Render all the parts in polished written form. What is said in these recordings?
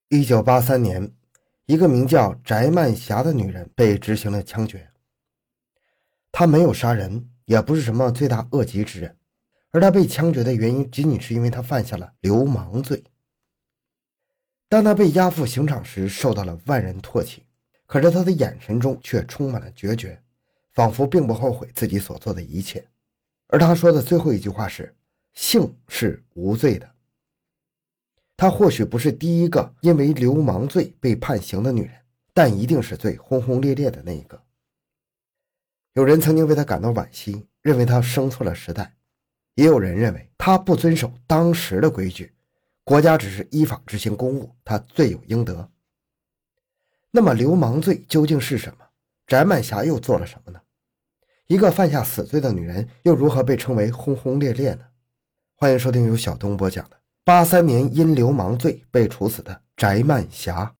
1983年，一个名叫翟曼霞的女人被执行了枪决。她没有杀人，也不是什么罪大恶极之人，而她被枪决的原因仅仅是因为她犯下了流氓罪。当她被押赴刑场时，受到了万人唾弃，可是她的眼神中却充满了决绝，仿佛并不后悔自己所做的一切。而她说的最后一句话是：性是无罪的。她或许不是第一个因为流氓罪被判刑的女人，但一定是最轰轰烈烈的那一个。有人曾经为她感到惋惜，认为她生错了时代，也有人认为她不遵守当时的规矩，国家只是依法执行公务，她罪有应得。那么流氓罪究竟是什么？翟曼霞又做了什么呢？一个犯下死罪的女人又如何被称为轰轰烈烈呢？欢迎收听由小东播讲的83年因流氓罪被处死的翟曼霞。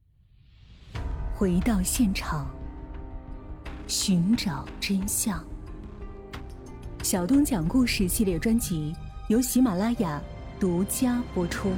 回到现场，寻找真相。小东讲故事系列专辑由喜马拉雅独家播出。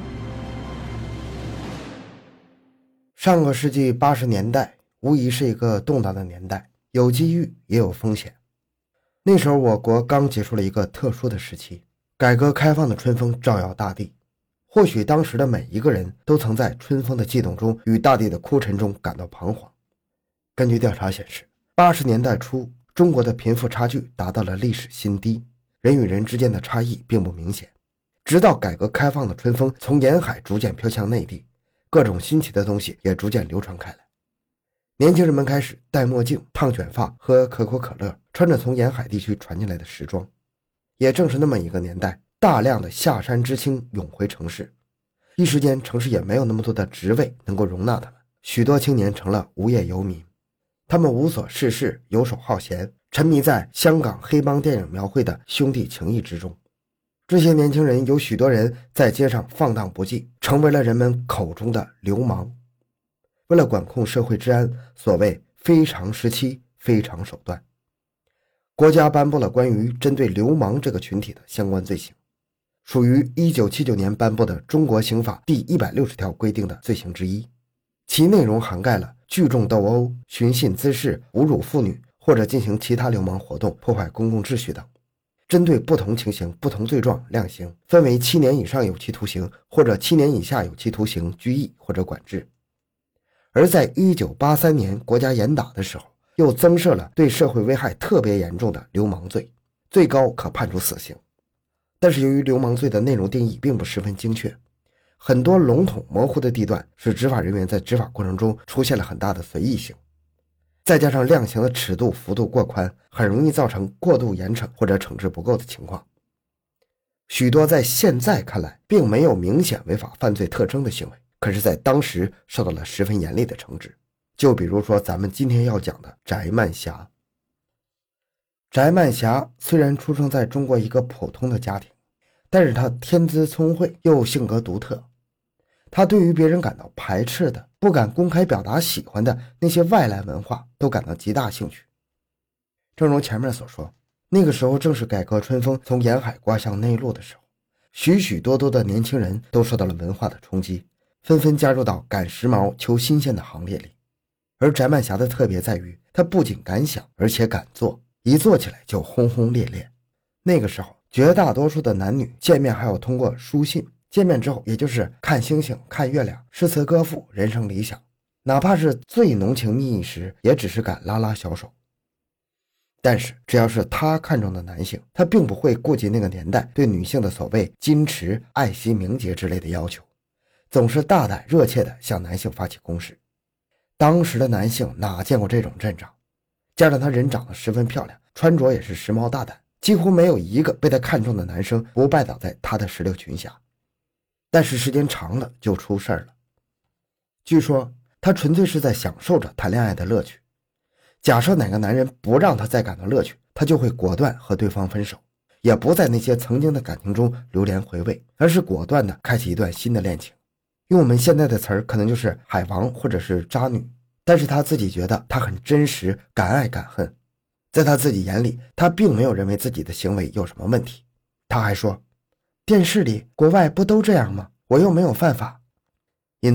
上个世纪80年代无疑是一个动荡的年代，有机遇也有风险。那时候我国刚结束了一个特殊的时期，改革开放的春风照耀大地。或许当时的每一个人都曾在春风的悸动中与大地的哭沉中感到彷徨。根据调查显示，80年代初，中国的贫富差距达到了历史新低，人与人之间的差异并不明显。直到改革开放的春风从沿海逐渐飘向内地，各种新奇的东西也逐渐流传开来。年轻人们开始戴墨镜、烫卷发、喝可口可乐，穿着从沿海地区传进来的时装。也正是那么一个年代，大量的下山知青涌回城市，一时间城市也没有那么多的职位能够容纳他们，许多青年成了无业游民。他们无所事事，游手好闲，沉迷在香港黑帮电影描绘的兄弟情谊之中。这些年轻人有许多人在街上放荡不羁，成为了人们口中的流氓。为了管控社会治安，所谓非常时期非常手段，国家颁布了关于针对流氓这个群体的相关罪行，属于1979年颁布的中国刑法第160条规定的罪行之一。其内容涵盖了聚众斗殴、寻衅滋事、侮辱妇女或者进行其他流氓活动、破坏公共秩序等。针对不同情形、不同罪状量刑，分为7年以上有期徒刑或者7年以下有期徒刑、拘役或者管制。而在1983年国家严打的时候，又增设了对社会危害特别严重的流氓罪，最高可判处死刑。但是由于流氓罪的内容定义并不十分精确，很多笼统模糊的地段使执法人员在执法过程中出现了很大的随意性，再加上量刑的尺度幅度过宽，很容易造成过度严惩或者惩治不够的情况。许多在现在看来并没有明显违法犯罪特征的行为，可是在当时受到了十分严厉的惩治。就比如说咱们今天要讲的翟曼霞。翟曼霞虽然出生在中国一个普通的家庭，但是她天资聪慧又性格独特。她对于别人感到排斥的、不敢公开表达喜欢的那些外来文化都感到极大兴趣。正如前面所说，那个时候正是改革春风从沿海刮向内陆的时候，许许多多的年轻人都受到了文化的冲击，纷纷加入到赶时髦、求新鲜的行列里。而翟曼霞的特别在于，她不仅敢想，而且敢做，一做起来就轰轰烈烈。那个时候绝大多数的男女见面还要通过书信，见面之后也就是看星星、看月亮、诗词歌赋、人生理想，哪怕是最浓情蜜意时，也只是敢拉拉小手。但是只要是他看中的男性，他并不会顾及那个年代对女性的所谓矜持、爱惜名节之类的要求，总是大胆热切地向男性发起攻势。当时的男性哪见过这种阵仗，加上他人长得十分漂亮，穿着也是时髦大胆，几乎没有一个被他看中的男生不拜倒在他的石榴裙下。但是时间长了就出事了。据说他纯粹是在享受着谈恋爱的乐趣，假设哪个男人不让他再感到乐趣，他就会果断和对方分手，也不在那些曾经的感情中流连回味，而是果断地开启一段新的恋情。用我们现在的词儿可能就是海王或者是渣女，但是他自己觉得他很真实，敢爱敢恨。在他自己眼里，他并没有认为自己的行为有什么问题。他还说，电视里国外不都这样吗？我又没有犯法。因此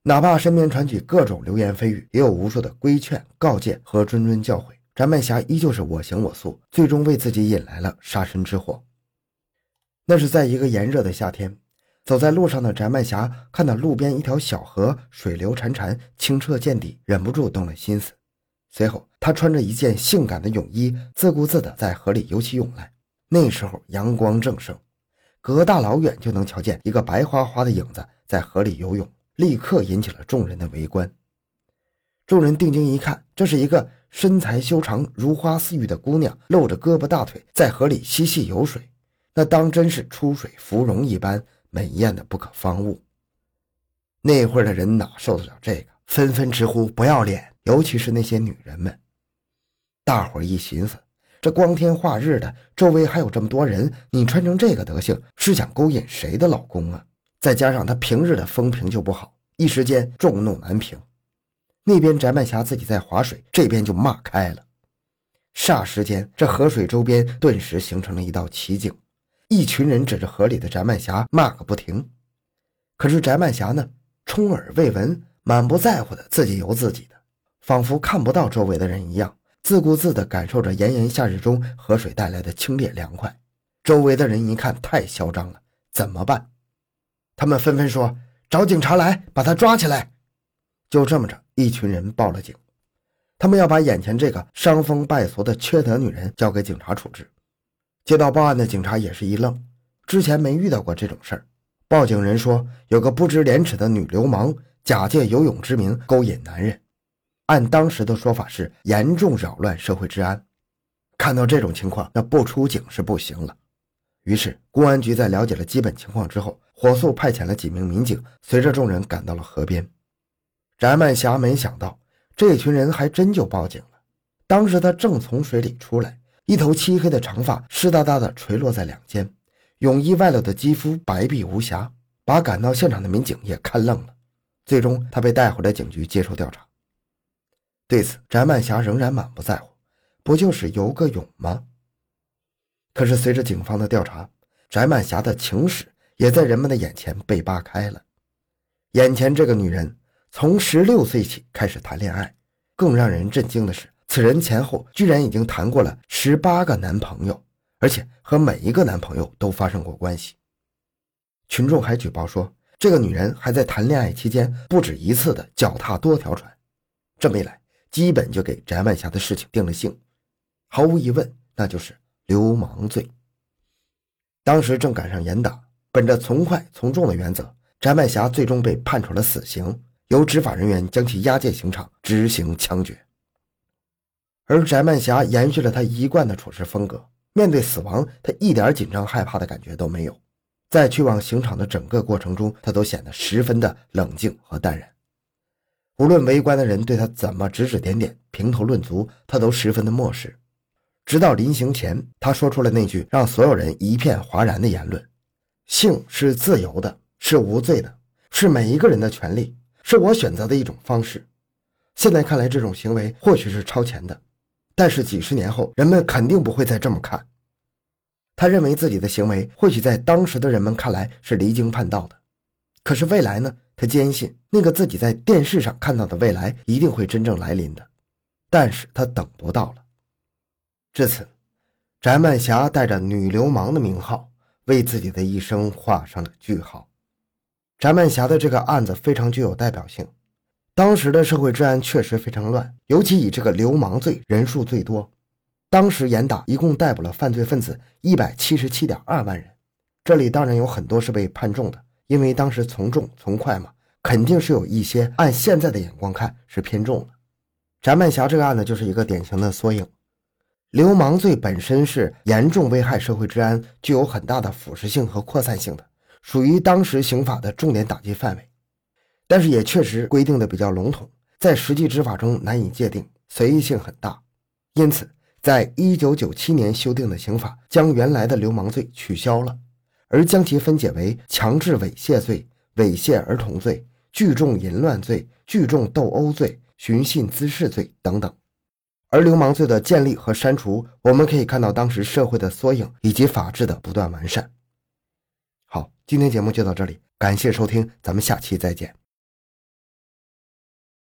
哪怕身边传起各种流言蜚语，也有无数的规劝、告诫和谆谆教诲，翟曼霞依旧是我行我素，最终为自己引来了杀身之祸。那是在一个炎热的夏天，走在路上的翟曼霞看到路边一条小河，水流潺潺，清澈见底，忍不住动了心思。随后她穿着一件性感的泳衣，自顾自地在河里游起泳来。那时候阳光正盛，隔大老远就能瞧见一个白花花的影子在河里游泳，立刻引起了众人的围观。众人定睛一看，这是一个身材修长如花似玉的姑娘，露着胳膊大腿在河里嬉戏游水，那当真是出水芙蓉一般，美艳的不可方物。那会儿的人哪受得了这个，纷纷直呼不要脸，尤其是那些女人们。大伙儿一寻思，这光天化日的，周围还有这么多人，你穿成这个德行，是想勾引谁的老公啊？再加上他平日的风评就不好，一时间众怒难平。那边翟曼霞自己在划水，这边就骂开了。霎时间，这河水周边顿时形成了一道奇景，一群人指着河里的翟曼霞骂个不停。可是翟曼霞呢，充耳未闻，满不在乎的自己游自己的，仿佛看不到周围的人一样，自顾自地感受着炎炎夏日中河水带来的清冽凉快。周围的人一看太嚣张了，怎么办？他们纷纷说找警察来，把他抓起来。就这么着，一群人报了警，他们要把眼前这个伤风败俗的缺德女人交给警察处置。接到报案的警察也是一愣，之前没遇到过这种事儿。报警人说有个不知廉耻的女流氓假借游泳之名勾引男人，按当时的说法是严重扰乱社会治安。看到这种情况，那不出警是不行了。于是公安局在了解了基本情况之后，火速派遣了几名民警，随着众人赶到了河边。翟曼霞没想到这群人还真就报警了。当时他正从水里出来，一头漆黑的长发湿哒哒的垂落在两肩，泳衣外露的肌肤白璧无瑕，把赶到现场的民警也看愣了。最终他被带回了警局接受调查。对此翟曼霞仍然满不在乎，不就是游个泳吗？可是随着警方的调查，翟曼霞的情史也在人们的眼前被扒开了。眼前这个女人从16岁起开始谈恋爱，更让人震惊的是，此人前后居然已经谈过了18个男朋友，而且和每一个男朋友都发生过关系。群众还举报说，这个女人还在谈恋爱期间不止一次的脚踏多条船。这么一来，基本就给翟曼霞的事情定了性，毫无疑问，那就是流氓罪。当时正赶上严打，本着从快从重的原则，翟曼霞最终被判处了死刑，由执法人员将其押解刑场执行枪决。而翟曼霞延续了她一贯的处事风格，面对死亡，她一点紧张害怕的感觉都没有。在去往刑场的整个过程中，她都显得十分的冷静和淡然。无论围观的人对她怎么指指点点、评头论足，她都十分的漠视。直到临行前，她说出了那句让所有人一片哗然的言论：性是自由的，是无罪的，是每一个人的权利，是我选择的一种方式。现在看来，这种行为或许是超前的，但是几十年后，人们肯定不会再这么看。他认为自己的行为或许在当时的人们看来是离经叛道的，可是未来呢？他坚信那个自己在电视上看到的未来一定会真正来临的，但是他等不到了。至此，翟曼霞带着女流氓的名号，为自己的一生画上了句号。翟曼霞的这个案子非常具有代表性，当时的社会治安确实非常乱，尤其以这个流氓罪人数最多。当时严打一共逮捕了犯罪分子177.2万人，这里当然有很多是被判重的，因为当时从重从快嘛，肯定是有一些按现在的眼光看是偏重了。翟曼霞这个案子就是一个典型的缩影。流氓罪本身是严重危害社会治安，具有很大的腐蚀性和扩散性的，属于当时刑法的重点打击范围，但是也确实规定的比较笼统，在实际执法中难以界定，随意性很大。因此在1997年修订的刑法将原来的流氓罪取消了，而将其分解为强制猥亵罪、猥亵儿童罪、聚众淫乱罪、聚众斗殴罪、寻衅滋事罪等等。而流氓罪的建立和删除，我们可以看到当时社会的缩影以及法治的不断完善。好，今天节目就到这里，感谢收听，咱们下期再见。